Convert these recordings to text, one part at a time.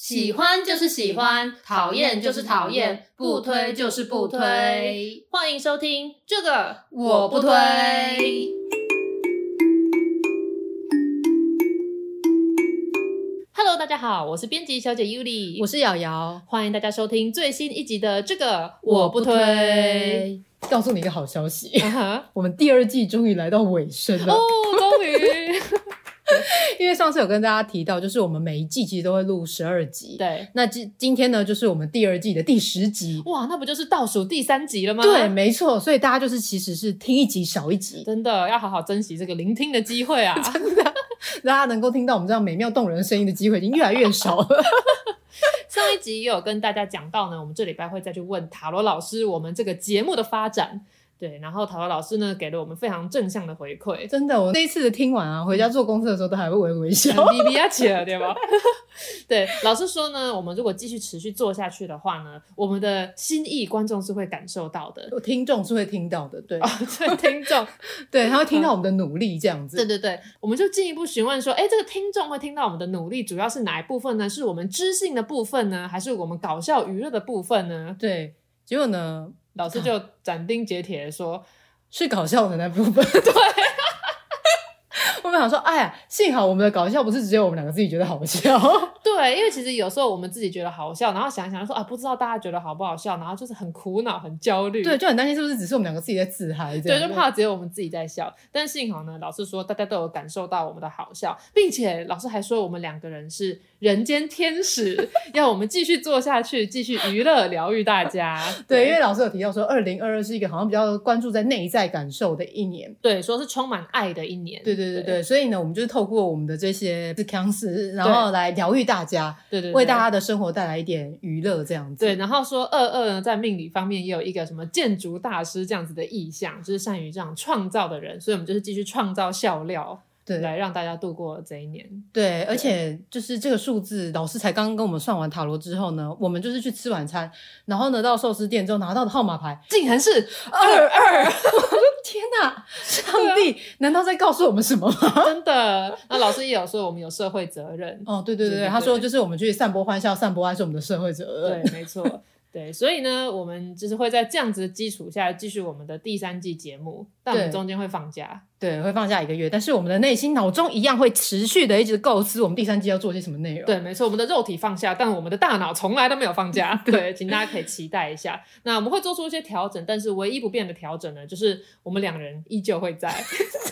喜欢就是喜欢，讨厌就是讨厌，不推就是不推。欢迎收听这个我不推。Hello， 大家好，我是编辑小姐 Yuli， 我是瑶瑶， 欢迎大家收听最新一集的这个我不推。 告诉你一个好消息，我们第二季终于来到尾声了哦，终于。 因为上次有跟大家提到，就是我们每一季其实都会录12集， 对， 那今天呢就是我们第二季的第10集。 哇，那不就是倒数第3集了吗？ 对，没错，所以大家就是其实是听一集少一集， 真的要好好珍惜这个聆听的机会啊。 真的，大家能够听到我们这样美妙动人的声音的机会已经越来越少了。 上一集也有跟大家讲到呢，我们这礼拜会再去问塔罗老师我们这个节目的发展。对，然后塔罗老师呢给了我们非常正向的回馈。 真的，我那一次的听完啊，回家做功课的时候都还会微微笑， 比比起来，对吧？对，老师说呢，我们如果继续持续做下去的话呢，我们的心意观众是会感受到的， 听众是会听到的，对， 对，听众， 对，他会听到我们的努力这样子。 对对对，我们就进一步询问说，这个听众会听到我们的努力，主要是哪一部分呢？是我们知性的部分呢，还是我们搞笑娱乐的部分呢？ 对，结果呢， 老师就斩钉截铁的说， 是搞笑的那部分。对。我们想说，哎呀，幸好我们的搞笑不是只有我们两个自己觉得好笑。 对，因为其实有时候我们自己觉得好笑，然后想一想说不知道大家觉得好不好笑，然后就是很苦恼、很焦虑。 对，就很担心是不是只是我们两个自己在自嗨这样。 对，就怕只有我们自己在笑。但幸好呢，老师说大家都有感受到我们的好笑，并且老师还说我们两个人是人间天使，要我们继续做下去，继续娱乐疗愈大家。 对，因为老师有提到说2022是一个好像比较关注在内在感受的一年。 对，说是充满爱的一年。 对对对 对，所以呢，我们就是透过我们的这些康事，然后来疗愈大家， 对对对， 为大家的生活带来一点娱乐这样子。 对，然后说22呢，在命理方面也有一个什么建筑大师这样子的意象，就是善于这样创造的人，所以我们就是继续创造笑料。对，来让大家度过这一年。 对，而且就是这个数字，老师才刚刚跟我们算完塔罗之后呢，我们就是去吃晚餐，然后呢到寿司店之后拿到的号码牌竟然是22。 天哪，上帝，难道在告诉我们什么吗？ 真的。那老师也有说我们有社会责任。 哦，对对 对，他说就是我们去散播欢笑、散播爱是我们的社会责任。 对，没错。对，所以呢，我们就是会在这样子的基础下继续我们的第3季节目，但我们中间会放假。 对，会放假1个月，但是我们的内心脑中一样会持续的一直构思我们第3季要做些什么内容。 对，没错，我们的肉体放下，但我们的大脑从来都没有放假。对，请大家可以期待一下。那我们会做出一些调整，但是唯一不变的调整呢，就是我们2人依旧会在。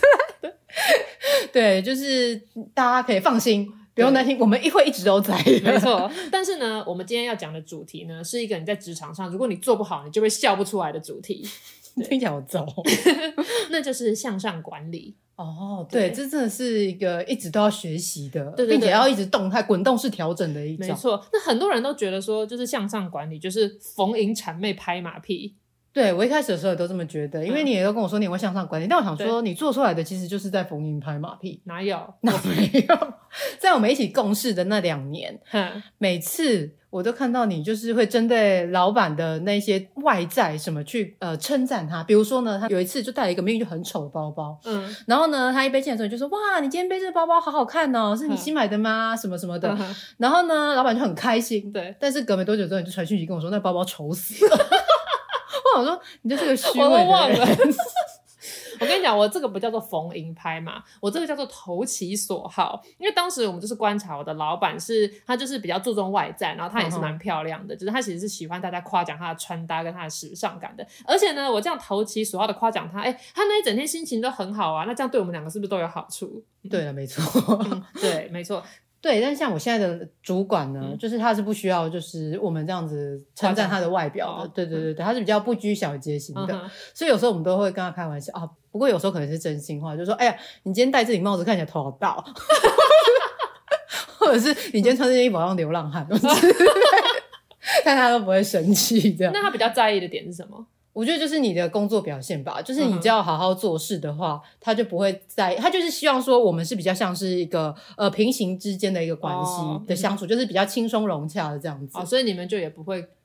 对，就是大家可以放心。不用担心，我们会一直都在。 没错，但是呢，我们今天要讲的主题呢，是一个你在职场上，如果你做不好，你就会笑不出来的主题。 听起来好糟。 那就是向上管理。 哦，对，这真的是一个一直都要学习的， 对对对， 并且要一直动态、滚动式调整的一种。 没错，那很多人都觉得说，就是向上管理，就是逢迎谄媚拍马屁。 对，我一开始的时候也都这么觉得，因为你也都跟我说你会向上管理，但我想说你做出来的其实就是在逢迎拍马屁。 哪有？ 哪没有？在我们一起共事的那2年，每次我都看到你就是会针对老板的那些外在什么去称赞他。比如说呢，他有一次就带了一个明明就很丑的包包，然后呢他一背进来的时候你就说，哇，你今天背这个包包好好看哦，是你新买的吗？什么什么的。然后呢老板就很开心， 对， 但是隔没多久之后你就传讯息跟我说那包包丑死了。我想说你就是个虚伪的人。 我忘了。我跟你讲，我这个不叫做逢迎拍嘛，我这个叫做投其所好。因为当时我们就是观察我的老板他就是比较注重外在，然后他也是蛮漂亮的，就是他其实是喜欢大家夸奖他的穿搭跟他的时尚感的。而且呢，我这样投其所好的夸奖他，他那一整天心情都很好啊，那这样对我们2个是不是都有好处？ 对了，没错。 对，没错。 对，但像我现在的主管呢，就是他是不需要就是我们这样子称赞他的外表的。对对对对，他是比较不拘小节型的。所以有时候我们都会跟他开玩笑啊，不过有时候可能是真心话，就说哎呀，你今天戴这顶帽子看起来头好大哦。或者是你今天穿这件衣服好像流浪汉。但他都不会生气这样。 那他比较在意的点是什么？ 我觉得就是你的工作表现吧，就是你只要好好做事的话，他就不会他就是希望说我们是比较像是一个平行之间的一个关系的相处，就是比较轻松融洽的这样子。 所以你们就也不会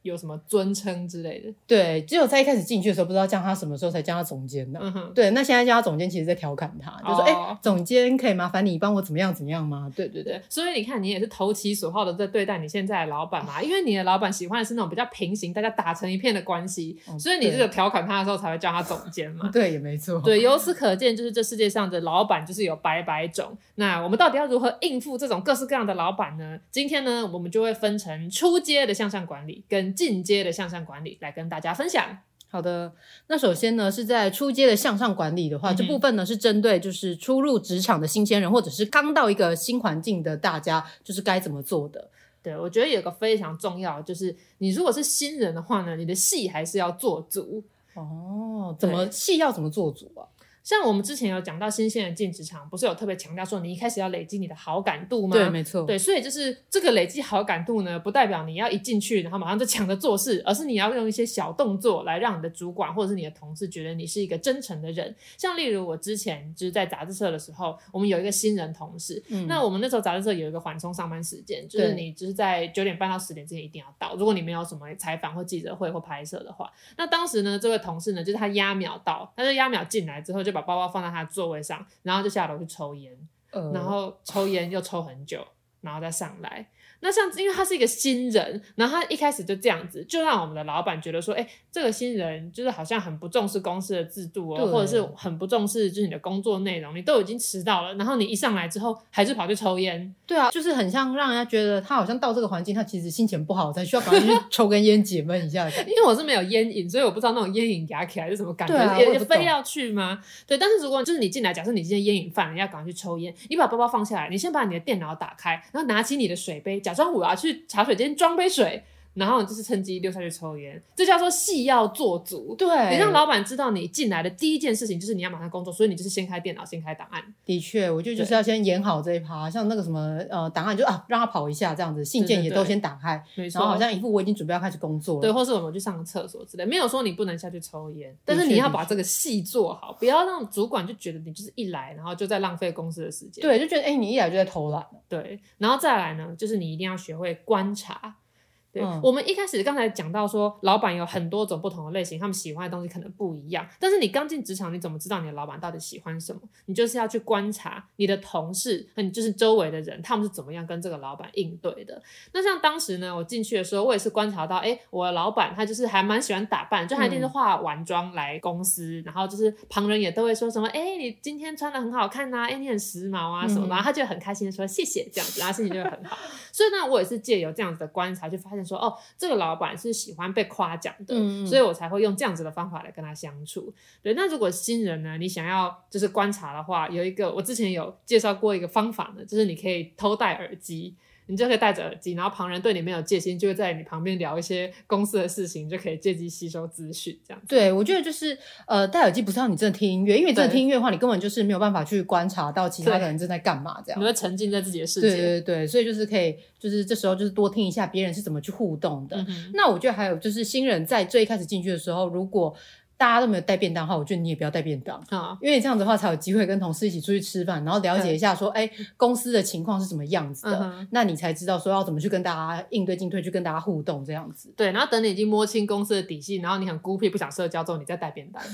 有什么尊称之类的。 对，只有在一开始进去的时候不知道叫他什么时候才叫他总监的。对，那现在叫他总监其实在调侃他，就说总监可以麻烦你帮我怎么样怎么样吗？对对对， 所以你看你也是投其所好的在对待你现在的老板嘛，因为你的老板喜欢的是那种比较平行大家打成一片的关系，所以你这个调侃他的时候才会叫他总监嘛。 对，也没错。 对，由此可见就是这世界上的老板就是有百百种，那我们到底要如何应付这种各式各样的老板呢？今天呢我们就会分成初阶的向上管理跟进阶的向上管理来跟大家分享。 好的，那首先呢是在初阶的向上管理的话，这部分呢是针对就是初入职场的新鲜人或者是刚到一个新环境的大家，就是该怎么做的。 对，我觉得有个非常重要的就是你如果是新人的话呢，你的戏还是要做足。 怎么戏要怎么做足啊？ 像我们之前有讲到新鲜人进职场不是有特别强调说你一开始要累积你的好感度吗？ 对，没错。 对，所以就是这个累积好感度呢不代表你要一进去然后马上就抢着做事，而是你要用一些小动作来让你的主管或者是你的同事觉得你是一个真诚的人。像例如我之前就是在杂志社的时候，我们有一个新人同事，那我们那时候杂志社有一个缓冲上班时间，就是你就是在9点半到10点之间一定要到，如果你没有什么采访或记者会或拍摄的话。那当时呢这位同事呢就是他压秒到，他就压秒进来之后就把包包放在他的座位上，然后就下楼去抽烟，然后抽烟又抽很久，然后再上来。那像因为他是一个新人，然后他一开始就这样子，就让我们的老板觉得说这个新人就是好像很不重视公司的制度或者是很不重视就是你的工作内容，你都已经迟到了，然后你一上来之后还是跑去抽烟。 对啊，就是很像让人家觉得他好像到这个环境他其实心情不好，才需要赶快去抽根烟解闷一下的感觉。 因为我是没有烟瘾，所以我不知道那种烟瘾压起来是什么感觉。也非要去吗？对，但是如果就是你进来，假设你今天烟瘾犯了，要赶快去抽烟，你把包包放下来，你先把你的电脑打开，然后拿起你的水杯，假装我要去茶水间装杯水，然后你就是趁机溜下去抽烟，这叫做戏要做足。 对， 你让老板知道你进来的第一件事情就是你要马上工作，所以你就是先开电脑先开档案。 的确，我觉得就是要先演好这一趴，像那个什么档案就让他跑一下这样子，信件也都先打开， 没错， 然后好像一副我已经准备要开始工作了。 对，或是我们去上个厕所之类，没有说你不能下去抽烟，但是你要把这个戏做好，不要让主管就觉得你就是一来然后就在浪费公司的时间。 对，就觉得你一来就在偷懒了。 对，然后再来呢就是你一定要学会观察。对，我们一开始刚才讲到说老板有很多种不同的类型，他们喜欢的东西可能不一样，但是你刚进职场你怎么知道你的老板到底喜欢什么？你就是要去观察你的同事和你就是周围的人他们是怎么样跟这个老板应对的。那像当时呢我进去的时候，我也是观察到我的老板他就是还蛮喜欢打扮，就他一定是化晚装来公司，然后就是旁人也都会说什么你今天穿得很好看啊，你很时髦啊什么，然后他就很开心的说谢谢这样子，然后心情就会很好。所以呢我也是借由这样子的观察去发现说这个老板是喜欢被夸奖的，所以我才会用这样子的方法来跟他相处。对，那如果新人呢你想要就是观察的话，有一个我之前有介绍过一个方法呢，就是你可以偷戴耳机，你就可以戴着耳机，然后旁人对你没有戒心，就会在你旁边聊一些公司的事情，就可以借机吸收资讯这样子。 对，我觉得就是戴耳机不是让你真的听音乐，因为真的听音乐的话你根本就是没有办法去观察到其他的人正在干嘛这样， 你会沉浸在自己的世界。 对对对，所以就是可以就是这时候就是多听一下别人是怎么去互动的。那我觉得还有就是新人在最一开始进去的时候，如果大家都没有带便当的话，我觉得你也不要带便当因为这样子的话才有机会跟同事一起出去吃饭，然后了解一下说公司的情况是什么样子的，那你才知道说要怎么去跟大家应对进退，去跟大家互动这样子。 对，然后等你已经摸清公司的底细，然后你很孤僻不想社交之后，你再带便当。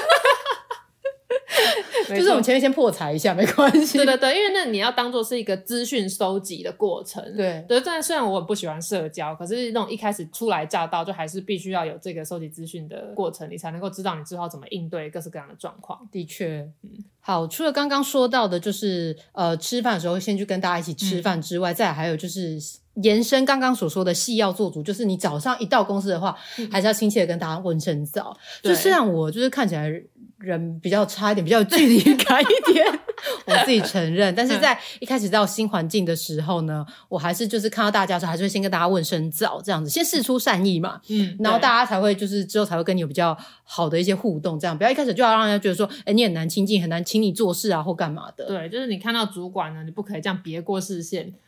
就是我们前面先破财一下没关系。 对对对，因为那你要当做是一个资讯收集的过程。 对对，但虽然我很不喜欢社交，可是那种一开始初来乍到就还是必须要有这个收集资讯的过程，你才能够知道你之后怎么应对各式各样的状况。 的确好，除了刚刚说到的就是吃饭的时候先去跟大家一起吃饭之外，再来还有就是延伸刚刚所说的戏要做足，就是你早上一到公司的话还是要亲切的跟大家问声早。就虽然我就是看起来人比较差一点，比较有距离感一点我自己承认，但是在一开始到新环境的时候呢，我还是就是看到大家的时候还是会先跟大家问声早，这样子先释出善意嘛，然后大家才会就是之后才会跟你有比较好的一些互动，这样不要一开始就要让人家觉得说你很难亲近，很难请你做事啊或干嘛的。 对，就是你看到主管呢，你不可以这样别过视线，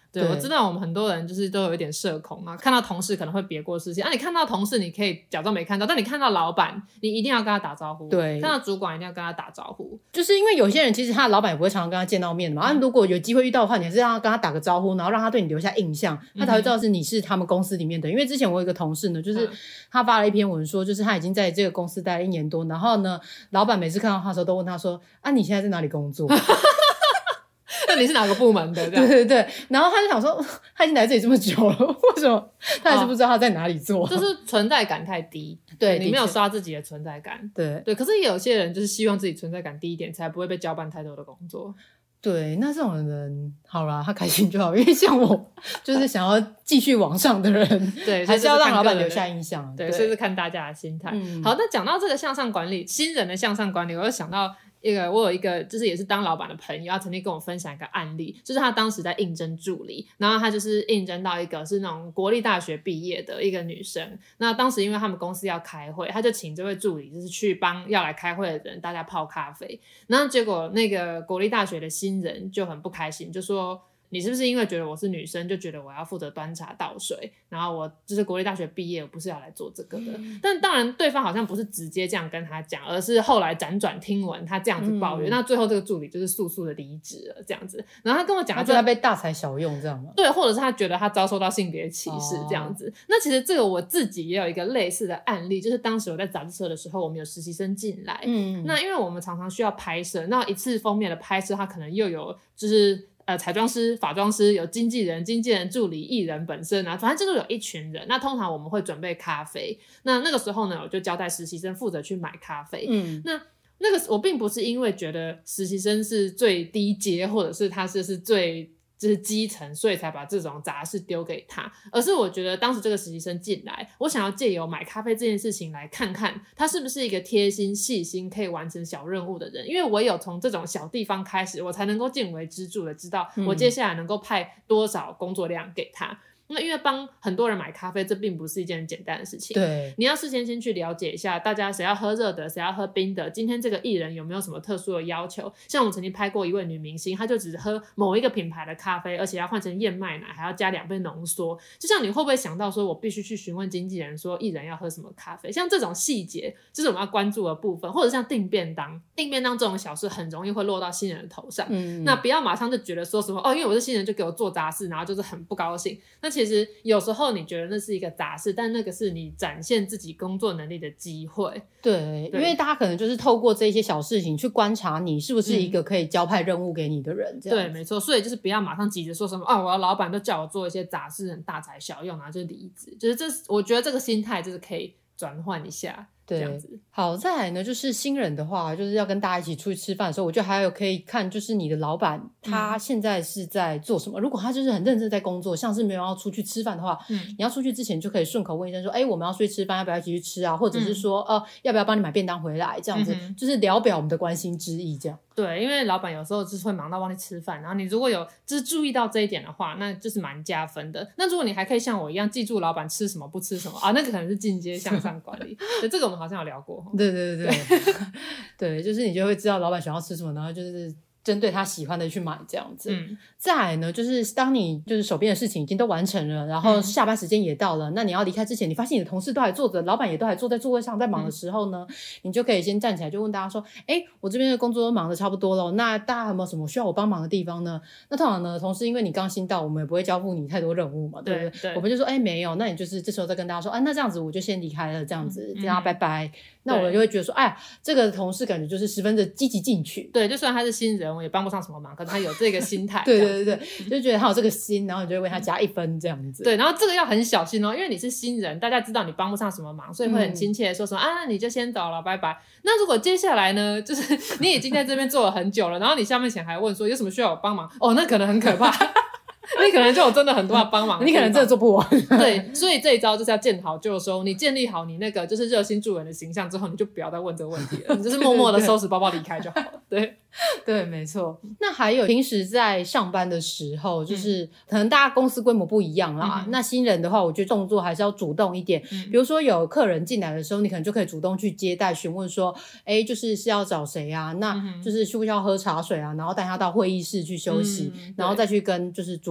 对，我知道我们很多人就是都有一点社恐啊，看到同事可能会别过视线啊，你看到同事你可以假装没看到，但你看到老板你一定要跟他打招呼， 对， 看到主管一定要跟他打招呼， 就是因为有些人其实他的老板也不会常常跟他见到面的嘛，如果有机会遇到的话，你还是让他跟他打个招呼，然后让他对你留下印象，他才会知道是你是他们公司里面的。因为之前我有一个同事呢，就是他发了一篇文说，就是他已经在这个公司待了1年多，然后呢老板每次看到他的时候都问他说啊你现在在哪里工作那你是哪个部门的？ 对对对，然后他就想说他已经来这里这么久了，为什么他还是不知道他在哪里做？ 就是存在感太低，对，你没有刷自己的存在感， 对对。可是有些人就是希望自己存在感低一点，才不会被交办太多的工作。 对，那这种人好啦，他开心就好，因为像我就是想要继续往上的人， 对， 还是要让老板留下印象。 对，所以是看大家的心态。好，那讲到这个向上管理，新人的向上管理，我就想到我有一个就是也是当老板的朋友，他曾经跟我分享一个案例，就是他当时在应征助理，然后他就是应征到一个是那种国立大学毕业的一个女生，那当时因为他们公司要开会，他就请这位助理就是去帮要来开会的人大家泡咖啡，然后结果那个国立大学的新人就很不开心，就说你是不是因为觉得我是女生就觉得我要负责端茶倒水，然后我就是国立大学毕业我不是要来做这个的，但当然对方好像不是直接这样跟他讲，而是后来辗转听闻他这样子抱怨，那最后这个助理就是速速的离职了这样子，然后他跟我讲他觉得他被大材小用这样吗？ 对，或者是他觉得他遭受到性别歧视这样子，那其实这个我自己也有一个类似的案例，就是当时我在杂志社的时候，我们有实习生进来，那因为我们常常需要拍摄，那一次封面的拍摄他可能又有就是彩妆师、发妆师，有经纪人、助理、艺人本身啊，反正就是有一群人。那通常我们会准备咖啡，那个时候呢，我就交代实习生负责去买咖啡。那个我并不是因为觉得实习生是最低阶，或者是他是最就是基层，所以才把这种杂事丢给他，而是我觉得当时这个实习生进来，我想要借由买咖啡这件事情来看看他是不是一个贴心细心可以完成小任务的人，因为我有从这种小地方开始，我才能够见微知著的知道我接下来能够派多少工作量给他。那因为帮很多人买咖啡，这并不是一件很简单的事情。 对， 你要事先先去了解一下，大家谁要喝热的，谁要喝冰的。今天这个艺人有没有什么特殊的要求？像我曾经拍过一位女明星，她就只喝某一个品牌的咖啡，而且要换成燕麦奶，还要加2杯浓缩。就像你会不会想到说，我必须去询问经纪人说艺人要喝什么咖啡？像这种细节，就是我们要关注的部分，或者像订便当这种小事，很容易会落到新人的头上。那不要马上就觉得说什么因为我是新人就给我做杂事，然后就是很不高兴。那其实有时候你觉得那是一个杂事，但那个是你展现自己工作能力的机会。 对，因为大家可能就是透过这些小事情去观察你是不是一个可以交派任务给你的人，这样。 对，没错，所以就是不要马上急着说什么我的老板都叫我做一些杂事，很大材小用，然后就离职。就是我觉得这个心态就是可以转换一下。这样子。 好，再来呢，就是新人的话，就是要跟大家一起出去吃饭的时候，我觉得还有可以看，就是你的老板他现在是在做什么。如果他就是很认真在工作，像是没有要出去吃饭的话，你要出去之前就可以顺口问一声说，我们要出去吃饭，要不要一起去吃啊？或者是说，要不要帮你买便当回来？这样子，就是聊表我们的关心之意，这样。 对，因为老板有时候就是会忙到忘记吃饭，然后你如果有就是注意到这一点的话，那就是蛮加分的。那如果你还可以像我一样记住老板吃什么不吃什么啊，那个可能是进阶向上管理。对，这个我们好像有聊过。 对对对对对，就是你就会知道老板想要吃什么，然后就是针对他喜欢的去买这样子。再来呢，就是当你就是手边的事情已经都完成了，然后下班时间也到了，那你要离开之前，你发现你的同事都还坐着，老板也都还坐在座位上在忙的时候呢，你就可以先站起来就问大家说，我这边的工作都忙得差不多了，那大家有没有什么需要我帮忙的地方呢？那通常呢，同事因为你刚新到，我们也不会交付你太多任务嘛，对不对？我们就说没有，那你就是这时候再跟大家说，那这样子我就先离开了，这样子跟大家拜拜。那我就会觉得说，这个同事感觉就是十分的积极进取。 对，就算他是新人，我也帮不上什么忙，可是他有这个心态。 对对对对，就觉得他有这个心，然后你就会为他加1分这样子。 对，然后这个要很小心哦，因为你是新人，大家知道你帮不上什么忙，所以会很亲切的说什么那你就先走了，拜拜。那如果接下来呢，就是你已经在这边做了很久了，然后你下面前还问说有什么需要我帮忙，那可能很可怕。你可能就有真的很多要帮忙， 你可能真的做不完。 对，所以这一招就是要见好就收。你建立好你那个就是热心助人的形象之后，你就不要再问这个问题了，你就是默默的收拾包包离开就好了。对对，没错。那还有平时在上班的时候，就是可能大家公司规模不一样啦。那新人的话，我觉得动作还是要主动一点。比如说有客人进来的时候，你可能就可以主动去接待，询问说，就是要找谁啊？那就是需不需要喝茶水啊？然后带他到会议室去休息，然后再去跟就是主管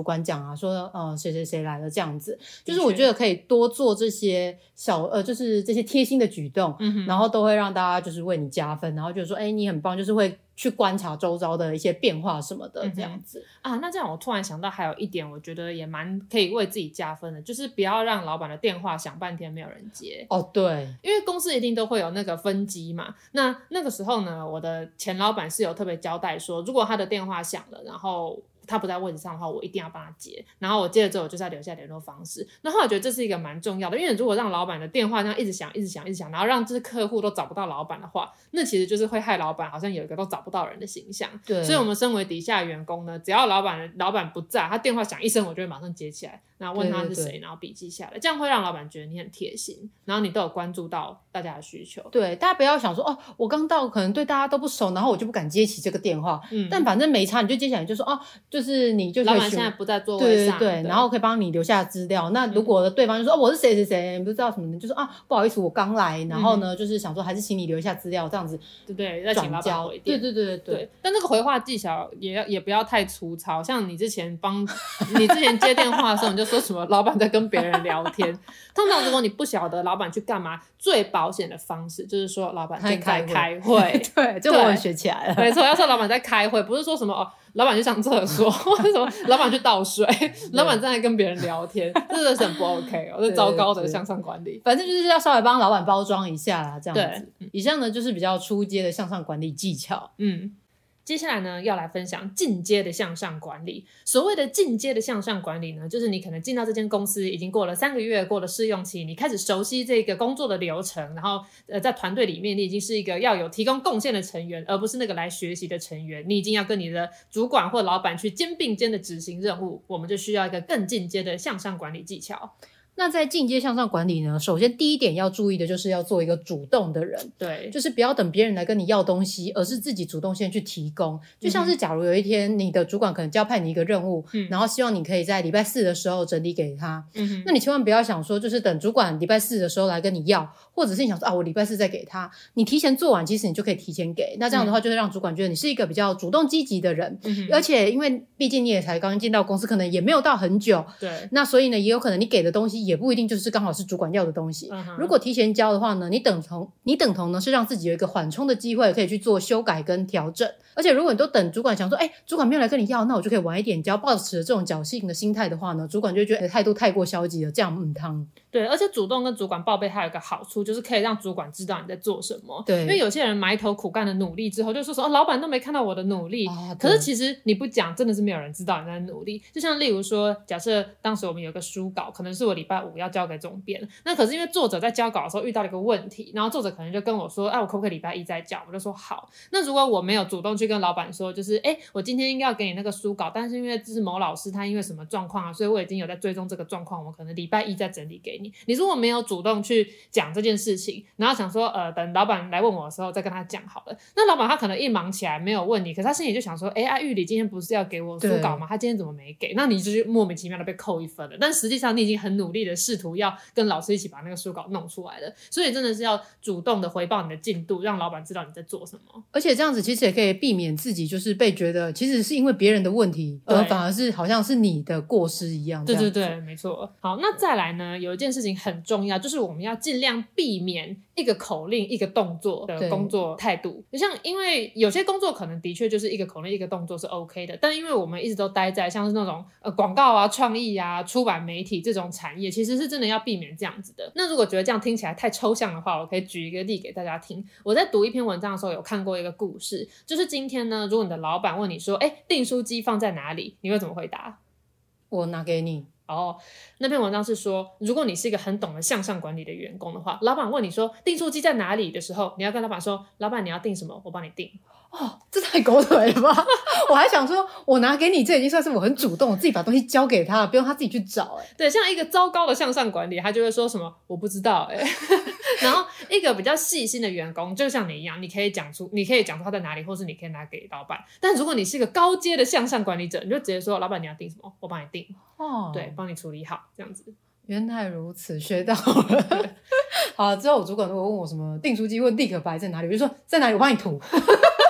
管讲啊，说谁谁谁来了这样子，就是我觉得可以多做这些就是这些贴心的举动，然后都会让大家就是为你加分，然后就说你很棒，就是会去观察周遭的一些变化什么的这样子啊。那这样我突然想到还有一点我觉得也蛮可以为自己加分的，就是不要让老板的电话响半天没有人接。 对， 因为公司一定都会有那个分机嘛，那个时候呢，我的前老板是有特别交代说，如果他的电话响了，然后他不在位置上的话，我一定要帮他接，然后我接了之后我就是要留下联络方式。那后来我觉得这是一个蛮重要的，因为如果让老板的电话这样一直响一直响一直响，然后让这些客户都找不到老板的话，那其实就是会害老板好像有一个都找不到人的形象。 对， 所以我们身为底下员工呢，只要老板不在，他电话响一声，我就会马上接起来，然后问他是谁，然后笔记下来，这样会让老板觉得你很贴心，然后你都有关注到大家的需求。 对，大家不要想说我刚到可能对大家都不熟，然后我就不敢接起这个电话，但反正没差，你就接起来就说就是你就可以老板现在不在座位上， 对，然后可以帮你留下资料。那如果对方就说我是谁谁谁，你不知道什么的，就说不好意思我刚来，然后呢就是想说还是请你留下资料这样子， 对，再请老板回电。 对。 但那个回话技巧也不要太粗糙，像你之前接电话的时候，你就说什么老板在跟别人聊天。通常如果你不晓得老板去干嘛，最保险的方式就是说老板正在开会。 对，这我也学起来了。 没错，要说老板在开会，不是说什么老板去上厕所，或者什么老板去倒水，老板正在跟别人聊天，这个是很不 OK 这糟糕的向上管理。 反正就是要稍微帮老板包装一下啦，这样子。以上呢就是比较初阶的向上管理技巧。 接下来呢，要来分享进阶的向上管理。所谓的进阶的向上管理呢，就是你可能进到这间公司已经过了3个月，过了试用期，你开始熟悉这个工作的流程，然后在团队里面你已经是一个要有提供贡献的成员，而不是那个来学习的成员。你已经要跟你的主管或老板去肩并肩的执行任务，我们就需要一个更进阶的向上管理技巧。 那在进阶向上管理呢，首先第一点要注意的就是要做一个主动的人。 对， 就是不要等别人来跟你要东西，而是自己主动先去提供。就像是假如有一天你的主管可能交派你一个任务，然后希望你可以在礼拜4的时候整理给他，那你千万不要想说就是等主管礼拜4的时候来跟你要，或者是你想说我礼拜4再给他，你提前做完其实你就可以提前给。那这样的话就会让主管觉得你是一个比较主动积极的人，而且因为毕竟你也才刚进到公司，可能也没有到很久， 对， 那所以呢也有可能你给的东西也不一定就是刚好是主管要的东西。如果提前交的话呢，你等同呢是让自己有一个缓冲的机会，可以去做修改跟调整。而且如果你都等主管想说主管没有来跟你要，那我就可以晚一点交，抱持这种侥幸的心态的话呢，主管就会觉得态度太过消极了，这样汤。 对，而且主动跟主管报备还有一个好处，就是可以让主管知道你在做什么。 对， 因为有些人埋头苦干的努力之后就说老板都没看到我的努力，可是其实你不讲真的是没有人知道你在努力。就像例如说假设当时我们有个书稿，可能是我礼拜5要交给总编，那可是因为作者在交稿的时候遇到了一个问题，然后作者可能就跟我说我可不可以礼拜1再交，我就说好。那如果我没有主动去跟老板说就是我今天应该要给你那个书稿，但是因为这是某老师他因为什么状况所以我已经有在追踪这个状况，我可能礼拜1再整理给你。你如果没有主动去讲这件事情，然后想说等老板来问我的时候再跟他讲好了，那老板他可能一忙起来没有问你，可是他心里就想说玉里今天不是要给我书稿吗？他今天怎么没给？那你就是莫名其妙的被扣1分了。但实际上你已经很努力的试图要跟老师一起把那个书稿弄出来了，所以真的是要主动的回报你的进度，让老板知道你在做什么。 而且这样子其实也可以避免自己就是被觉得其实是因为别人的问题，而反而是好像是你的过失一样。 对对对，没错。好，那再来呢，有一件事情很重要，就是我们要尽量避免一个口令一个动作的工作态度。就像因为有些工作可能的确就是一个口令一个动作是 OK 的，但因为我们一直都待在像是那种广告啊、创意啊、出版媒体这种产业，其实是真的要避免这样子的。那如果觉得这样听起来太抽象的话，我可以举一个例给大家听。我在读一篇文章的时候有看过一个故事，就是今天呢，如果你的老板问你说订书机放在哪里，你会怎么回答？ 我拿给你。 那篇文章是说，如果你是一个很懂得向上管理的员工的话，老板问你说订书机在哪里的时候，你要跟老板说，老板你要订什么，我帮你订。 这太狗腿了吧我还想说我拿给你，这已经算是我很主动，我自己把东西交给他了，不用他自己去找。 对，像一个糟糕的向上管理，他就会说什么我不知道然后一个比较细心的员工就像你一样，你可以讲出他在哪里，或是你可以拿给老板。但如果你是一个高阶的向上管理者，你就直接说老板你要订什么，我帮你订。对，帮你处理好，这样子。 原来如此，学到了好，之后我主管如果问我什么订书机或立可白在哪里，我就说在哪里我帮你涂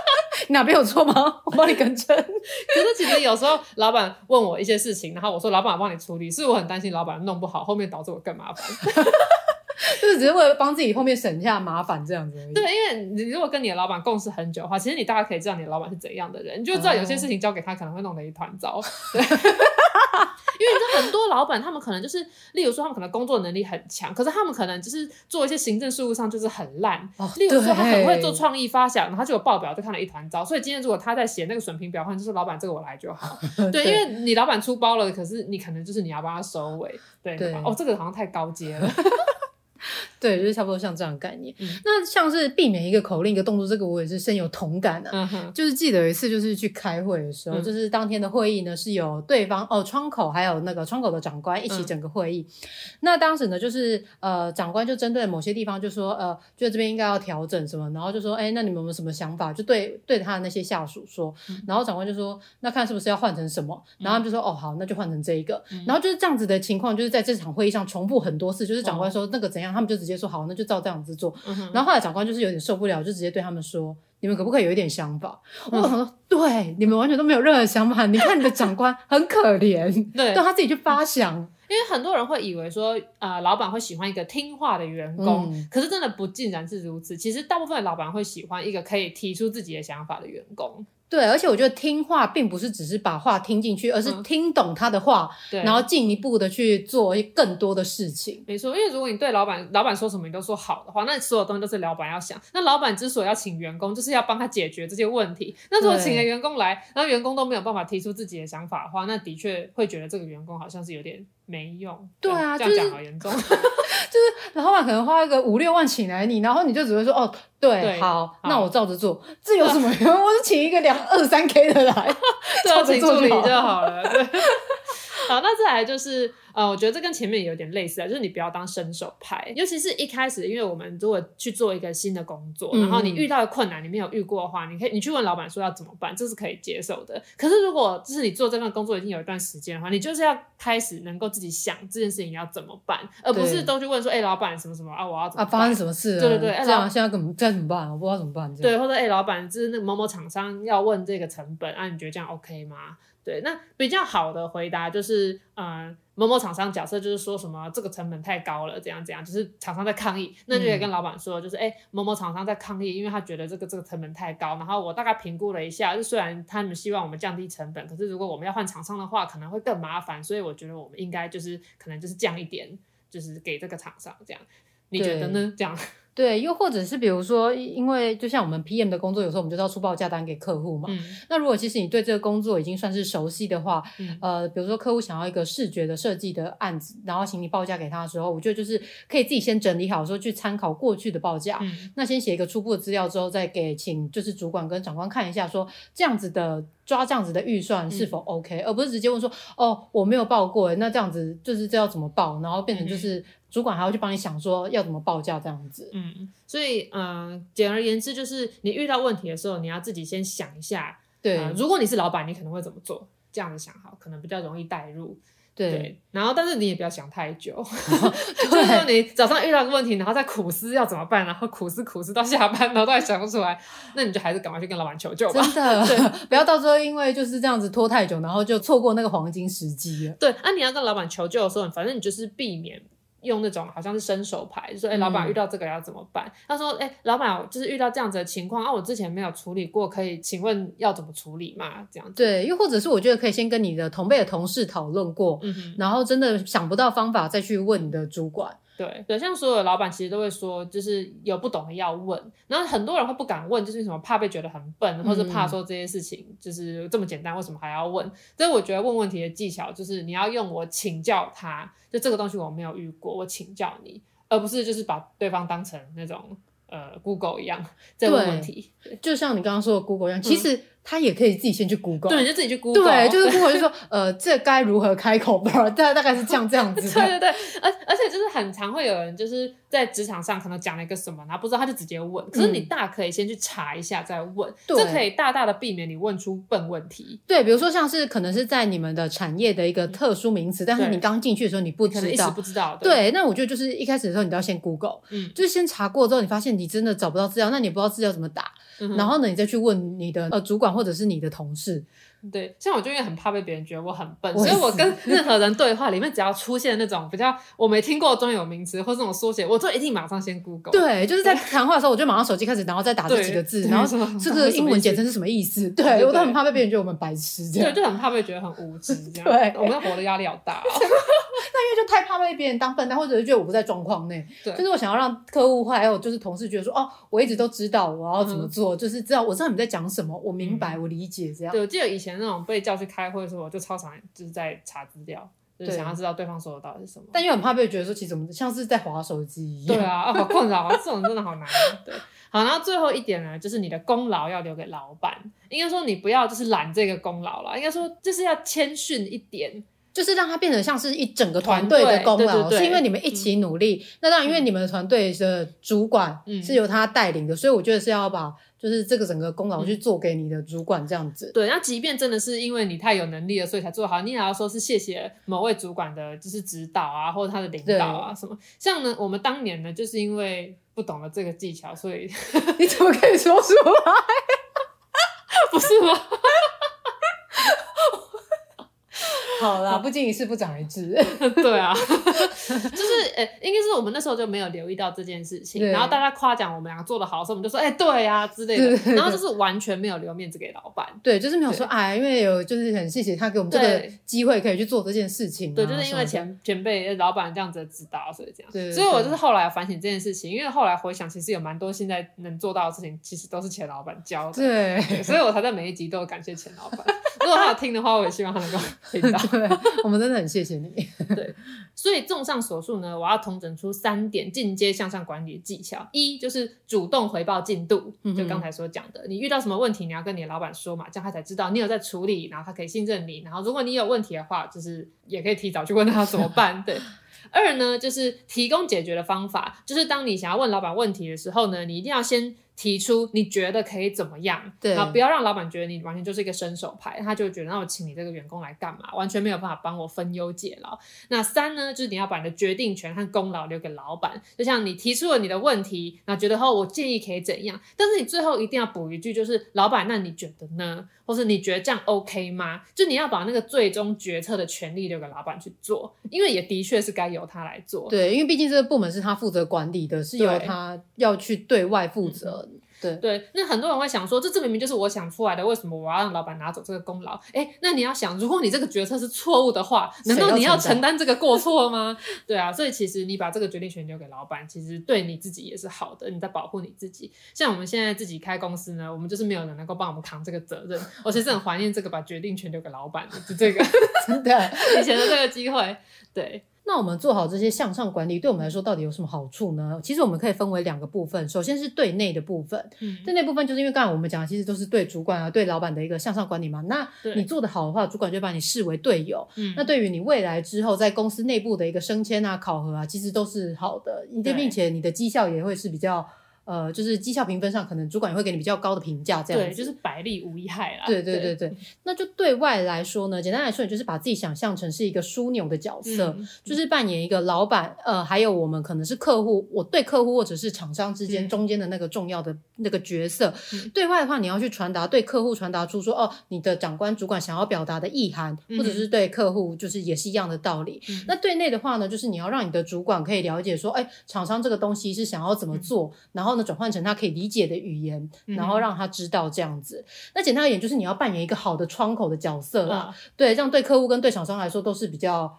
哪边有错吗？我帮你更正。 可是其实有时候老板问我一些事情，然后我说老板我帮你处理，是我很担心老板弄不好，后面导致我更麻烦。 就是只是为了帮自己后面省下麻烦这样子而已。 对，因为你如果跟你的老板共事很久的话，其实你大概可以知道你的老板是怎样的人，你就知道有些事情交给他可能会弄得一团糟。对。因为你知道很多老板他们可能就是例如说他们可能工作能力很强，可是他们可能就是做一些行政事务上就是很烂。例如说他很会做创意发想，然后结果报表就看了一团糟，所以今天如果他在写那个损评表，就是老板这个我来就好。对，因为你老板出包了，可是你可能就是你要帮他收尾。对。这个好像太高阶了。 对，就是差不多像这样的概念。那像是避免一个口令一个动作，这个我也是深有同感啊。就是记得有一次就是去开会的时候，就是当天的会议呢是有对方窗口还有那个窗口的长官一起整个会议。那当时呢就是长官就针对某些地方就说觉得这边应该要调整什么，然后就说那你们有没有什么想法，就对他的那些下属说。然后长官就说那看是不是要换成什么，然后他们就说好，那就换成这一个。然后就是这样子的情况就是在这场会议上重复很多次，就是长官说那个怎样，他们就直接说好，那就照这样子做。然后后来长官就是有点受不了，就直接对他们说你们可不可以有一点想法。我想说对，你们完全都没有任何想法，你看你的长官很可怜。对，让他自己去发想。 因为很多人会以为说老板会喜欢一个听话的员工，可是真的不尽然是如此。其实大部分的老板会喜欢一个可以提出自己的想法的员工。 对，而且我觉得听话并不是只是把话听进去，而是听懂他的话，然后进一步的去做更多的事情。 没错，因为如果你对老板说什么你都说好的话，那所有东西都是老板要想。那老板之所以要请员工，就是要帮他解决这些问题。那如果请了员工来，然后员工都没有办法提出自己的想法的话，那的确会觉得这个员工好像是有点没用。 对啊， 这样讲好严重。 就是老板可能花个5-6万请来你，然后你就只会说对，好，那我照着做，这有什么用？我是请一个2-3K 的来，照着做就好了。对。好，那再来就是我觉得这跟前面有点类似啊，就是你不要当伸手派，尤其是一开始，因为我们如果去做一个新的工作，然后你遇到的困难你没有遇过的话，你去问老板说要怎么办，这是可以接受的。可是如果就是你做这份工作已经有一段时间的话，你就是要开始能够自己想这件事情要怎么办，而不是都去问说老板什么什么我要怎么办发生什么事对这样现在怎么办，我不知道怎么办对，或者老板就是那个某某厂商要问这个成本你觉得这样 OK 吗？对，那比较好的回答就是某某厂商假设就是说什么这个成本太高了，怎样怎样，就是厂商在抗议，那就可以跟老板说就是某某厂商在抗议，因为他觉得这个成本太高，然后我大概评估了一下，就虽然他们希望我们降低成本，可是如果我们要换厂商的话可能会更麻烦，所以我觉得我们应该就是可能就是降一点，就是给这个厂商这样。你觉得呢？这样对，又或者是比如说因为就像我们 PM 的工作有时候我们就是要出报价单给客户嘛，那如果其实你对这个工作已经算是熟悉的话，比如说客户想要一个视觉的设计的案子，然后请你报价给他的时候，我觉得就是可以自己先整理好说去参考过去的报价，那先写一个初步的资料之后再请就是主管跟长官看一下说这样子的抓这样子的预算是否 OK，而不是直接问说我没有报过那这样子就是这要怎么报，然后变成就是主管还要去帮你想说要怎么报价这样子。 所以简而言之就是你遇到问题的时候你要自己先想一下，对，如果你是老板你可能会怎么做，这样子想好可能比较容易带入。对，然后但是你也不要想太久。就是说你早上遇到个问题然后再苦思要怎么办，然后苦思到下班然后都还想不出来，那你就还是赶快去跟老板求救吧。 真的对，不要到时候因为就是这样子拖太久然后就错过那个黄金时机了。 对，你要跟老板求救的时候反正你就是避免用那种好像是伸手牌，就说老板遇到这个要怎么办，他说老板就是遇到这样子的情况我之前没有处理过，可以请问要怎么处理吗？这样子。 对，又或者是我觉得可以先跟你的同辈的同事讨论过，然后真的想不到方法再去问你的主管。 对，像所有的老板其实都会说就是有不懂的要问，然后很多人会不敢问，就是什么怕被觉得很笨，或是怕说这些事情就是这么简单为什么还要问。所以我觉得问问题的技巧就是你要用我请教他，就这个东西我没有遇过我请教你，而不是就是把对方当成那种Google 一样在问问题。 就像你刚刚说的 Google 一样，其实他也可以自己先去 Google， 对，你就自己去 Google， 对，就是 Google 就说这该如何开口吧，大概是这样子的。 对对对，而且就是很常会有人就是在职场上可能讲了一个什么，然后不知道他就直接问，可是你大可以先去查一下再问，这可以大大的避免你问出笨问题。 对，比如说像是可能是在你们的产业的一个特殊名词，但是你刚进去的时候你不知道， 可能一时不知道。 对，那我觉得就是一开始的时候你都要先 Google，就是先查过之后，你发现你真的找不到资料，那你不知道资料怎么打，然后呢，你再去问你的主管或者是你的同事。 对，像我就因为很怕被别人觉得我很笨，所以我跟任何人对话里面只要出现那种比较我没听过的专有名词或是那种缩写，我就一定马上先 Google。 对，就是在谈话的时候我就马上手机开始，然后再打这几个字，然后这个英文简称是什么意思。对，我都很怕被别人觉得我们白痴这样。 对，就很怕被觉得很无知这样。 对， 我们活的压力好大哦。 那因为就太怕被别人当笨蛋，或者是觉得我不在状况内。对，就是我想要让客户还有就是同事觉得说，我一直都知道我要怎么做，就是我知道你在讲什么，我明白，我理解这样。 对，我记得以前那种被叫去开会的时候，我就超常就是在查资料，就是想要知道对方说的到底是什么， 但又很怕被觉得说其实我们像是在滑手机一样。 对啊，好困扰啊，这种真的好难。对，好，然后最后一点呢，就是你的功劳要留给老板，应该说你不要就是揽这个功劳啦，应该说就是要谦逊一点。 就是让它变得像是一整个团队的功劳，是因为你们一起努力。那当然，因为你们的团队的主管是由他带领的，所以我觉得是要把就是这个整个功劳去做给你的主管这样子。 对，那即便真的是因为你太有能力了，所以才做好，你也要说是谢谢某位主管的就是指导啊，或者他的领导啊什么。像呢，我们当年呢，就是因为不懂了这个技巧，所以你怎么可以说出来？ 不是吗？ 好啦，不经一事不长一智。 对啊，就是应该是我们那时候就没有留意到这件事情，然后大家夸奖我们两个做得好的时候，我们就说对啊之类的，然后就是完全没有留面子给老板。 对，就是没有说因为有就是很谢谢他给我们这个机会可以去做这件事情。 对，就是因为前辈老板这样子的指导，所以这样。对，所以我就是后来反省这件事情，因为后来回想，其实有蛮多现在能做到的事情，其实都是钱老板教的。 对， 所以我才在每一集都有感谢钱老板。如果他有听的话，我也希望他能够听到。 对，我们真的很谢谢你。 对，所以综上所述呢，我要统整出3点进阶向上管理的技巧。一就是主动回报进度，就刚才所讲的，你遇到什么问题，你要跟你的老板说嘛，这样他才知道你有在处理，然后他可以信任你。然后如果你有问题的话，就是也可以提早去问他怎么办。对。2呢，就是提供解决的方法，就是当你想要问老板问题的时候呢，你一定要先提出你觉得可以怎么样，对，然后不要让老板觉得你完全就是一个伸手牌，他就会觉得那我请你这个员工来干嘛，完全没有办法帮我分忧解劳。那3呢，就是你要把你的决定权和功劳留给老板，就像你提出了你的问题，然后觉得我建议可以怎样，但是你最后一定要补一句，就是老板，那你觉得呢？或是你觉得这样 OK 吗？就你要把那个最终决策的权利留给老板去做，因为也的确是该由他来做。 对，因为毕竟这个部门是他负责管理的，是由他要去对外负责。 对，那很多人会想说，这明明就是我想出来的，为什么我要让老板拿走这个功劳？那你要想，如果你这个决策是错误的话，难道你要承担这个过错吗？对啊，所以其实你把这个决定权留给老板，其实对你自己也是好的，你在保护你自己。像我们现在自己开公司呢，我们就是没有人能够帮我们扛这个责任。我其实很怀念这个把决定权留给老板的，就这个真的以前的这个机会。对。 那我们做好这些向上管理对我们来说到底有什么好处呢？其实我们可以分为2个部分，首先是对内的部分，对内部分就是因为刚才我们讲的其实都是对主管对老板的一个向上管理嘛，那你做得好的话，主管就把你视为队友，那对于你未来之后在公司内部的一个升迁考核其实都是好的，并且你的绩效也会是比较就是绩效评分上可能主管也会给你比比较高的评价，这样子。 对，就是百利无一害啦。 对。那就对外来说呢，简单来说，你就是把自己想象成是一个枢纽的角色，就是扮演一个老板还有我们可能是客户，我对客户或者是厂商之间中间的那个重要的那个角色。对外的话，你要去传达，对客户传达出说你的长官主管想要表达的意涵，或者是对客户就是也是一样的道理。那对内的话呢，就是你要让你的主管可以了解说厂商这个东西是想要怎么做，然后转换成他可以理解的语言，然后让他知道这样子。那简单而言就是你要扮演一个好的窗口的角色啦，对，这样对客户跟对厂商来说都是比较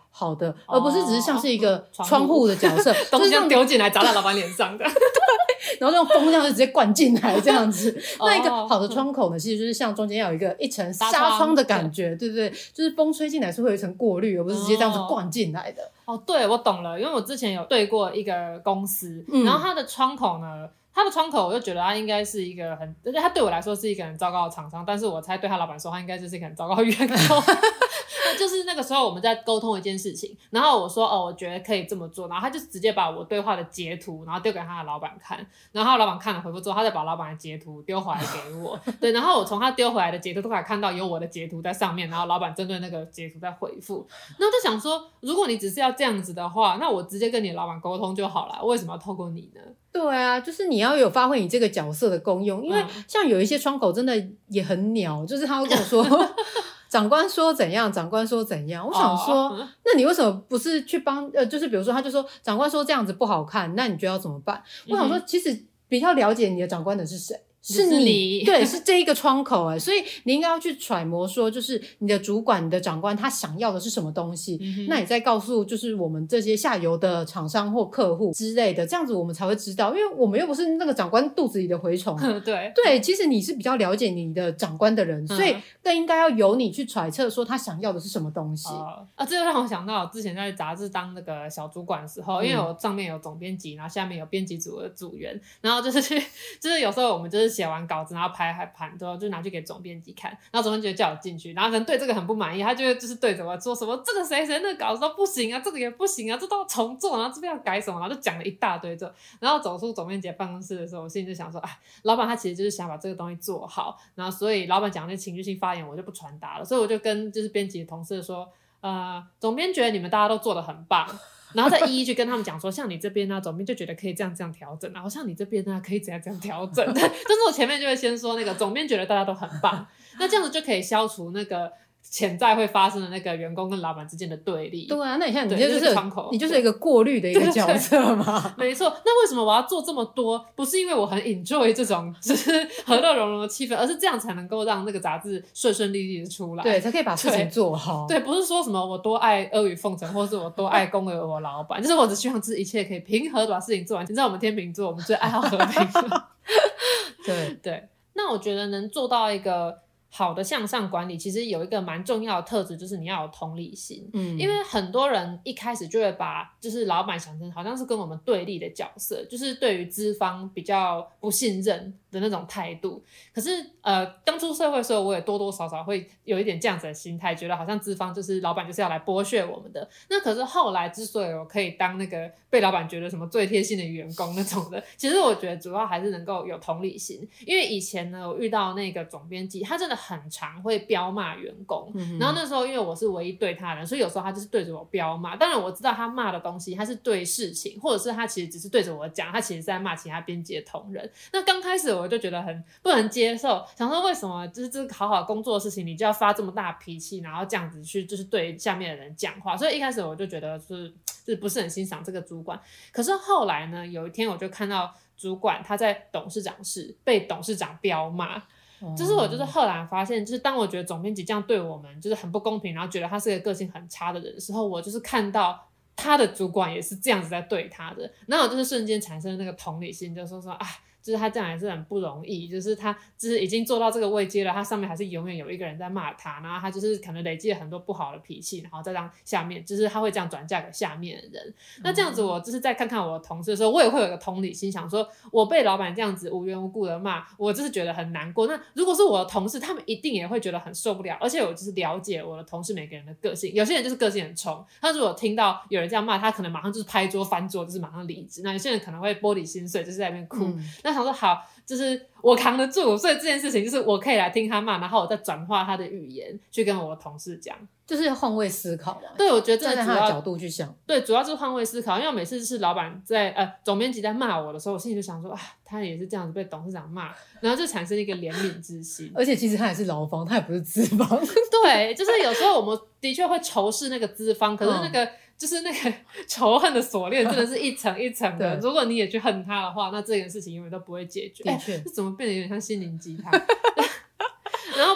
好的，而不是只是像是一个窗户的角色， 东西丢进来砸在老板脸上的。 然后用风这样就直接灌进来这样子。那一个好的窗口呢，其实就是像中间要有一层纱窗的感觉，对不对？就是风吹进来是会有一层过滤，而不是直接这样子灌进来的。 对，我懂了，因为我之前有对过一个公司，然后它的窗口呢，我就觉得他应该是一个而且他对我来说是一个很糟糕的厂商，但是我猜对他老板说他应该就是一个很糟糕的员工。就是那个时候我们在沟通一件事情，然后我说我觉得可以这么做，然后他就直接把我对话的截图然后丢给他的老板看，然后他的老板看了回复之后，他再把老板的截图丢回来给我。对，然后我从他丢回来的截图都可以看到有我的截图在上面，然后老板针对那个截图在回复。那我就想说，如果你只是要这样子的话，那我直接跟你的老板沟通就好了，为什么要透过你呢？ 对啊，就是你要有发挥你这个角色的功用，因为像有一些窗口真的也很鸟，就是他会跟我说长官说怎样，长官说怎样。我想说，那你为什么不是去帮就是比如说他就说长官说这样子不好看，那你觉得要怎么办？我想说其实比较了解你的长官的是谁，是你对，是这一个窗口所以你应该要去揣摩说，就是你的主管、你的长官他想要的是什么东西，那你再告诉就是我们这些下游的厂商或客户之类的，这样子我们才会知道，因为我们又不是那个长官肚子里的蛔虫。对，其实你是比较了解你的长官的人，所以更应该要由你去揣测说他想要的是什么东西。 这就让我想到之前在杂志当那个小主管的时候，因为我上面有总编辑，然后下面有编辑组的组员，然后就是有时候我们就是写完稿子然后排盘之后就拿去给总编辑看，然后总编辑就叫我进去，然后可能对这个很不满意，他就会就是对着我说什么这个谁谁那个稿子都不行啊，这个也不行啊，这都要重做，然后这边要改什么，然后就讲了一大堆这，然后走出总编辑办公室的时候，我心里就想说老板他其实就是想把这个东西做好，然后所以老板讲那情绪性发言我就不传达了，所以我就跟就是编辑的同事说总编觉得你们大家都做得很棒，然后再一一去跟他们讲说，像你这边呢，总编就觉得可以这样调整，然后像你这边呢，可以怎样调整。但是我前面就会先说那个总编觉得大家都很棒，那这样子就可以消除那个潜在会发生的那个员工跟老板之间的对立。 对啊，那你像你就是窗口，你就是一个过滤的一个角色嘛。 没错，那为什么我要做这么多？不是因为我很 enjoy 这种就是和乐融融的气氛，而是这样才能够让那个杂志顺顺利利的出来， 对，才可以把事情做好。 对，不是说什么我多爱阿谀奉承，或是我多爱恭维我老板，就是我只希望这一切可以平和的把事情做完。你知道我们天秤座，我们最爱好和平。对，那我觉得能做到一个好的向上管理，其实有一个蛮重要的特质，就是你要有同理心。因为很多人一开始就会把就是老板想成好像是跟我们对立的角色，就是对于资方比较不信任的那种态度。可是刚出社会的时候，我也多多少少会有一点这样子的心态，觉得好像资方就是老板就是要来剥削我们的。那可是后来之所以我可以当那个被老板觉得什么最贴心的员工那种的，其实我觉得主要还是能够有同理心。因为以前呢，我遇到那个总编辑，他真的很常会彪骂员工，然后那时候因为我是唯一对他的人，所以有时候他就是对着我彪骂。当然我知道他骂的东西他是对事情，或者是他其实只是对着我讲，他其实是在骂其他编辑的同仁。那刚开始我就觉得很不能接受，想说为什么就是这个好好工作的事情你就要发这么大脾气，然后这样子去就是对下面的人讲话。所以一开始我就觉得就是不是很欣赏这个主管。可是后来呢，有一天我就看到主管他在董事长室被董事长彪骂，就是我就是赫然发现，就是当我觉得总编辑这样对我们就是很不公平，然后觉得他是个个性很差的人的时候，我就是看到他的主管也是这样子在对他的，然后我就是瞬间产生那个同理心，就说就是他这样也是很不容易，就是他就是已经做到这个位阶了，他上面还是永远有一个人在骂他，然后他就是可能累积了很多不好的脾气，然后再让下面就是他会这样转嫁给下面的人。那这样子我就是再看看我的同事的时候，我也会有一个同理心，想说我被老板这样子无缘无故的骂，我就是觉得很难过。那如果是我的同事，他们一定也会觉得很受不了，而且我就是了解我的同事每个人的个性，有些人就是个性很冲，他如果听到有人这样骂他，可能马上就是拍桌翻桌，就是马上离职。那有些人可能会玻璃心碎，就是在那边哭。那想说好，就是我扛得住，所以这件事情就是我可以来听他骂，然后我再转化他的语言去跟我的同事讲， 就是换位思考嘛。 对，我觉得这站在他的角度去想。 对，主要就是换位思考。因为每次是老板在总编辑在骂我的时候，我心里就想说他也是这样子被董事长骂，然后就产生一个怜悯之心。 而且其实他也是劳方，他也不是资方。 对，就是有时候我们的确会仇视那个资方，可是那个就是那个仇恨的锁链真的是一层一层的。如果你也去恨他的话，那这件事情永远都不会解决。这怎么变得有点像心灵鸡汤？然后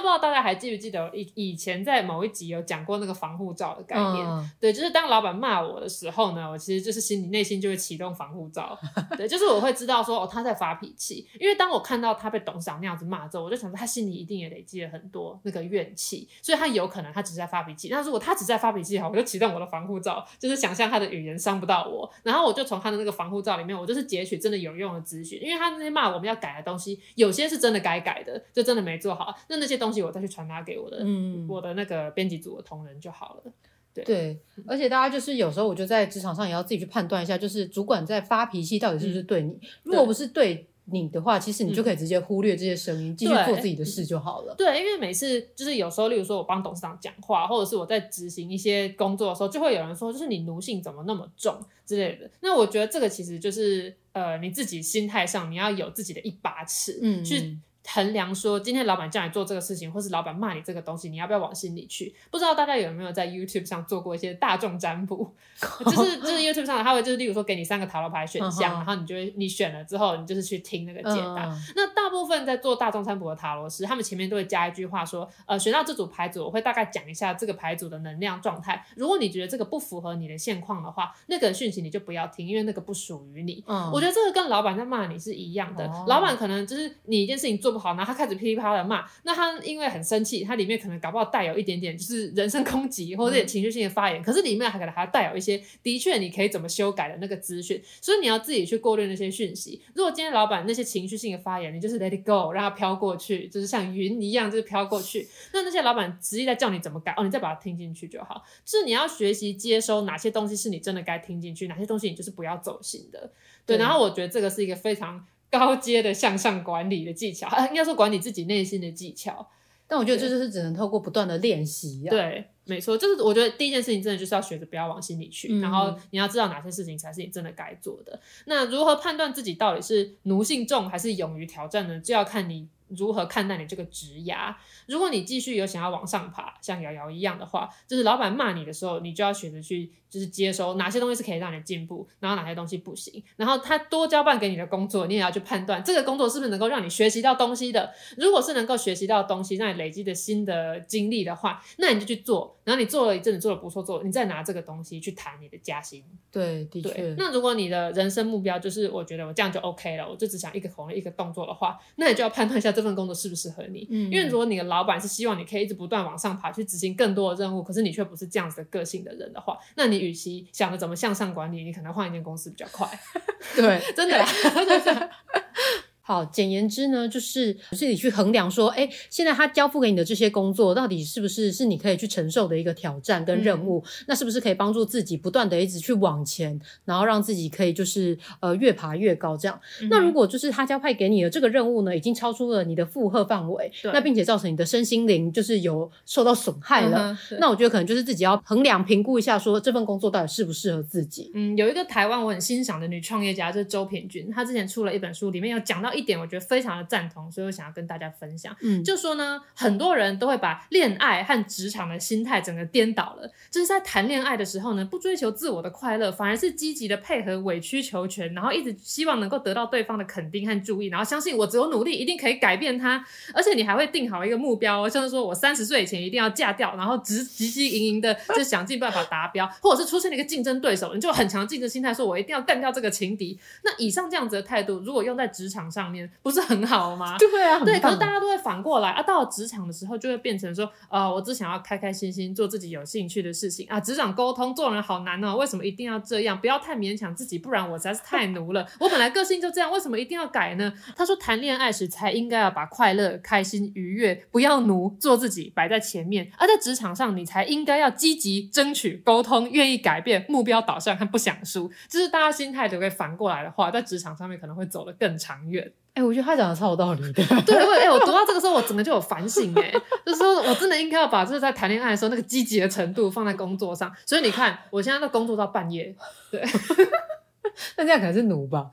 不知道大家还记不记得以前在某一集有讲过那个防护罩的概念，对，就是当老板骂我的时候呢，我其实就是内心就会启动防护罩对，就是我会知道说他在发脾气，因为当我看到他被董事长那样子骂之后，我就想说他心里一定也累积了很多那个怨气，所以他有可能他只是在发脾气，那如果他只是在发脾气好，我就启动我的防护罩，就是想象他的语言伤不到我，然后我就从他的那个防护罩里面，我就是截取真的有用的资讯，因为他那些骂我们要改的东西有些是真的该改的，就真的没做好，那些东西我再去传达给我的那个编辑组的同仁就好了。 对，而且大家就是有时候我就在职场上也要自己去判断一下，就是主管在发脾气到底是不是对你，如果不是对你的话，其实你就可以直接忽略这些声音，继续做自己的事就好了。 对，因为每次就是有时候例如说我帮董事长讲话，或者是我在执行一些工作的时候，就会有人说就是你奴性怎么那么重之类的，那我觉得这个其实就是你自己心态上你要有自己的一把尺去衡量说今天老板叫你做这个事情，或是老板骂你这个东西，你要不要往心里去。不知道大家有没有在 YouTube 上做过一些大众占卜就是 YouTube 上他会就是例如说给你3个塔罗牌选项然后你选了之后你就是去听那个解答那大部分在做大众占卜的塔罗师，他们前面都会加一句话说选到这组牌组我会大概讲一下这个牌组的能量状态，如果你觉得这个不符合你的现况的话，那个讯息你就不要听，因为那个不属于你我觉得这个跟老板在骂你是一样的老板可能就是你一件事情做不好，然后他开始噼里啪啦的骂，那他因为很生气，他里面可能搞不好带有一点点就是人身攻击或者情绪性的发言可是里面还可能还带有一些的确你可以怎么修改的那个资讯，所以你要自己去过滤那些讯息。如果今天老板那些情绪性的发言你就是 let it go 让它飘过去，就是像云一样就是飘过去，那些老板实际在叫你怎么改你再把它听进去就好，就是你要学习接收哪些东西是你真的该听进去，哪些东西你就是不要走心的。对，然后我觉得这个是一个非常高阶的向上管理的技巧应该说管理自己内心的技巧， 但我觉得这就是只能透过不断的练习对，没错，就是我觉得第一件事情真的就是要学着不要往心里去然后你要知道哪些事情才是你真的该做的。那如何判断自己到底是奴性重还是勇于挑战呢？就要看你如何看待你这个职涯。如果你继续有想要往上爬像瑶瑶一样的话，就是老板骂你的时候你就要学着去就是接收哪些东西是可以让你进步，然后哪些东西不行，然后他多交办给你的工作你也要去判断这个工作是不是能够让你学习到东西的，如果是能够学习到东西让你累积的新的经历的话，那你就去做，然后你做了一阵子做了不错你再拿这个东西去谈你的加薪。 对，的确。 那如果你的人生目标就是我觉得我这样就 OK 了，我就只想一个口令一个动作的话，那你就要判断一下这份工作适不适合你因为如果你的老板是希望你可以一直不断往上爬去执行更多的任务，可是你却不是这样子的个性的人的话，那你与其想着怎么向上管理，你可能换一间公司比较快对， 真的啦好，简言之呢，就是自己去衡量说现在他交付给你的这些工作到底是不是你可以去承受的一个挑战跟任务那是不是可以帮助自己不断的一直去往前，然后让自己可以就是越爬越高这样那如果就是他交派给你的这个任务呢已经超出了你的负荷范围那并且造成你的身心灵就是有受到损害了那我觉得可能就是自己要衡量评估一下说这份工作到底适不适合自己有一个台湾我很欣赏的女创业家就是周品君，她之前出了一本书里面有讲到一点我觉得非常的赞同，所以我想要跟大家分享就说呢很多人都会把恋爱和职场的心态整个颠倒了，就是在谈恋爱的时候呢不追求自我的快乐，反而是积极的配合委曲求全，然后一直希望能够得到对方的肯定和注意，然后相信我只有努力一定可以改变他，而且你还会定好一个目标像是说我30岁以前一定要嫁掉，然后汲汲营营的就想尽办法达标或者是出现了一个竞争对手你就很强竞争心态说我一定要干掉这个情敌，那以上这样子的态度如果用在职场上面不是很好吗？ 对啊， 对，可是大家都会反过来到了职场的时候就会变成说我只想要开开心心做自己有兴趣的事情职场沟通做人好难为什么一定要这样，不要太勉强自己，不然我实在是太奴了我本来个性就这样为什么一定要改呢？他说谈恋爱时才应该要把快乐开心愉悦不要奴做自己摆在前面，在职场上你才应该要积极争取沟通愿意改变目标导向和不想输，就是大家心态都会反过来的话在职场上面可能会走得更长远我觉得他讲的超有道理的对我读到这个时候我整个就有反省就是说我真的应该要把就是在谈恋爱的时候那个积极的程度放在工作上，所以你看我现在都工作到半夜对那这样可能是奴吧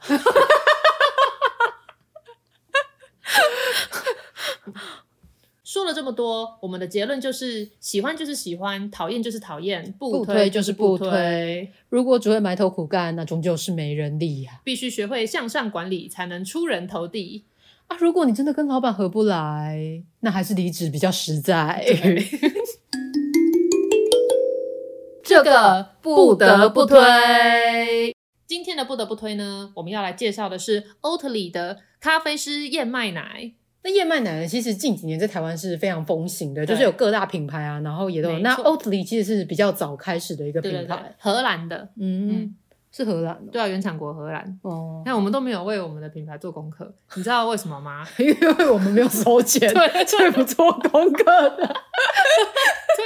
说了这么多我们的结论就是喜欢就是喜欢，讨厌就是讨厌， 不推就是不推，如果只会埋头苦干那终究是没人力必须学会向上管理才能出人头地。 啊，如果你真的跟老板合不来，那还是离职比较实在。 这个不得不推。今天的不得不推呢，我们要来介绍的是 Oatly 的咖啡师燕麦奶。 那燕麦奶呢，其实近几年在台湾是非常风行的，就是有各大品牌啊，然后也都有。那 Oatly 其实是比较早开始的一个品牌， 对，荷兰的， 是荷兰的。 对啊，原产国荷兰。但我们都没有为我们的品牌做功课，你知道为什么吗？ 因为我们没有收钱， 对， 所以不做功课的。 对。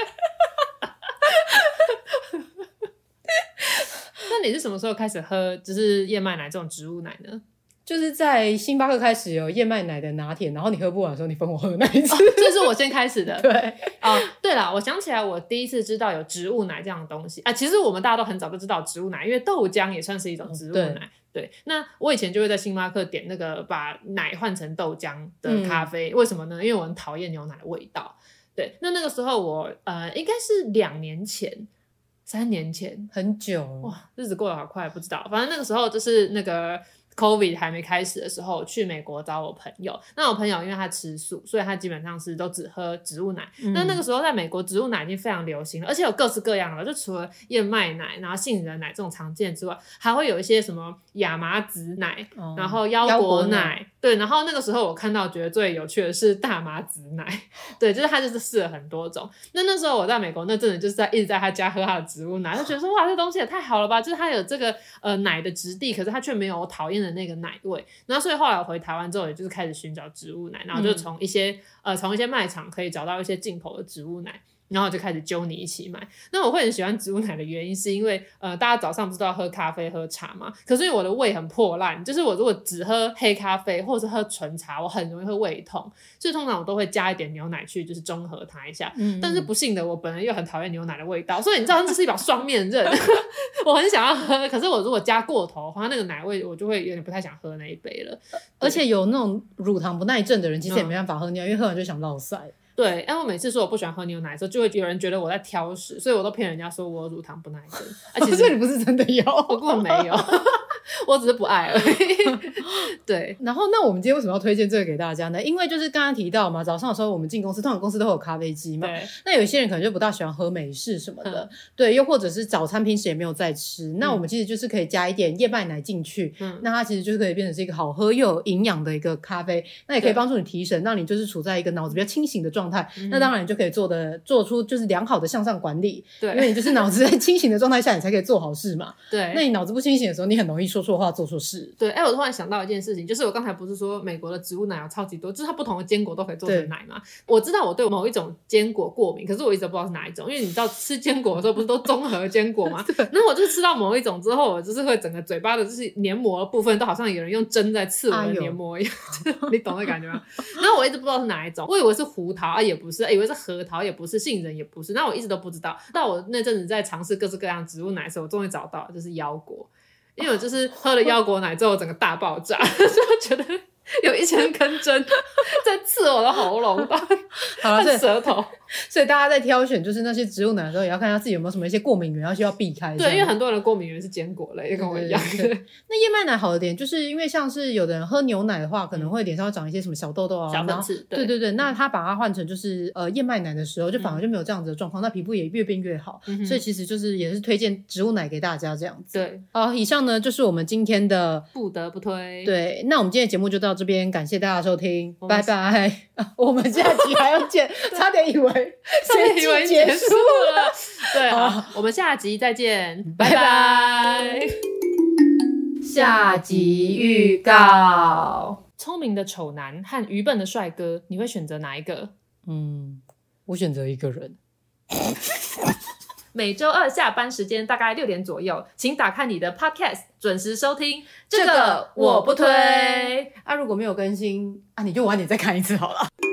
那你是什么时候开始喝就是燕麦奶这种植物奶呢？ 就是在星巴克开始有燕麦奶的拿铁，然后你喝不完的时候，你分我喝那一次。 这是我先开始的。 对。 对啦，我想起来，我第一次知道有植物奶这样的东西啊。其实我们大家都很早就知道植物奶，因为豆浆也算是一种植物奶。对。那我以前就会在星巴克点那个把奶换成豆浆的咖啡，为什么呢？因为我很讨厌牛奶的味道。对。那个时候我应该是2年前。3年前， 很久哇，日子过得好快，不知道。反正那个时候就是那个 COVID 还没开始的时候，去美国找我朋友。那我朋友因为他吃素，所以他基本上是都只喝植物奶。那个时候在美国植物奶已经非常流行了，而且有各式各样的，就除了燕麦奶，然后杏仁奶这种常见之外，还会有一些什么亚麻籽奶，然后腰果奶。对，然后那个时候我看到觉得最有趣的是大麻籽奶。对，就是他就是试了很多种。那时候我在美国那阵子就是一直在他家喝他的植物奶，就觉得说哇，这东西也太好了吧，就是它有这个奶的质地，可是它却没有我讨厌的那个奶味。然后所以后来我回台湾之后，也就是开始寻找植物奶，然后就从一些卖场可以找到一些进口的植物奶，然后就开始揪你一起买。那我会很喜欢植物奶的原因是因为大家早上不是都要喝咖啡喝茶嘛，可是因为我的胃很破烂，就是我如果只喝黑咖啡或者是喝纯茶，我很容易会胃痛，所以通常我都会加一点牛奶去就是中和它一下。但是不幸的我本人又很讨厌牛奶的味道，所以你知道这是一把双面刃。我很想要喝，可是我如果加过头的话，那个奶味我就会有点不太想喝那一杯了。 而且有那种乳糖不耐症的人其实也没办法喝牛奶，因为喝完就想落腮。 对，因为我每次说我不喜欢喝牛奶的时候，就会有人觉得我在挑食，所以我都骗人家说我有乳糖不耐症。 其实你不是真的有， 我根本没有。我只是不爱而已。对， 然后那我们今天为什么要推荐这个给大家呢？因为就是刚刚提到嘛，早上的时候我们进公司，通常公司都会有咖啡机嘛。那有一些人可能就不大喜欢喝美式什么的，对，又或者是早餐平时也没有在吃，那我们其实就是可以加一点燕麦奶进去，那它其实就是可以变成是一个好喝又有营养的一个咖啡，那也可以帮助你提神，让你就是处在一个脑子比较清醒的状态。那当然你就可以做出就是良好的向上管理，对，因为你就是脑子在清醒的状态下，你才可以做好事嘛。对，那你脑子不清醒的时候，你很容易说错话做错事。 对，我突然想到一件事情，就是我刚才不是说美国的植物奶有超级多，就是它不同的坚果都可以做成奶嘛。我知道我对某一种坚果过敏，可是我一直都不知道是哪一种，因为你知道吃坚果的时候不是都综合坚果吗？然后我就吃到某一种之后，我就是会整个嘴巴的就是黏膜的部分都好像有人用针在刺我的黏膜一样，你懂那感觉吗？然后我一直不知道是哪一种，我以为是胡桃也不是，以为是核桃也不是，杏仁也不是，那我一直都不知道。到我那阵子在尝试各式各样植物奶的时候，我终于找到就是腰果。因为我就是喝了腰果奶之后整个大爆炸，就觉得有1000根针在刺我的喉咙和舌头。 所以大家在挑选就是那些植物奶的时候，也要看一下自己有没有什么一些过敏源需要避开。 对，因为很多人的过敏源是坚果类，跟我一样。 那燕麦奶好的点就是因为像是有的人喝牛奶的话，可能会脸上会长一些什么小痘痘啊、 小粉刺。 对，那他把它换成就是燕麦奶的时候，就反而就没有这样子的状况，那皮肤也越变越好。所以其实就是也是推荐植物奶给大家这样子。对，好，以上呢就是我们今天的不得不推。 对，那我们今天的节目就到这边，感谢大家收听，拜拜。我们下集还要见，差点以为结束了。对，好，我们下集再见，拜拜。 下集预告： 聪明的丑男和愚笨的帅哥，你会选择哪一个？ 我选择一个人。 每周2下班时间大概6点左右，请打开你的 podcast 准时收听。这个我不推。 如果没有更新你就晚点再看一次好了。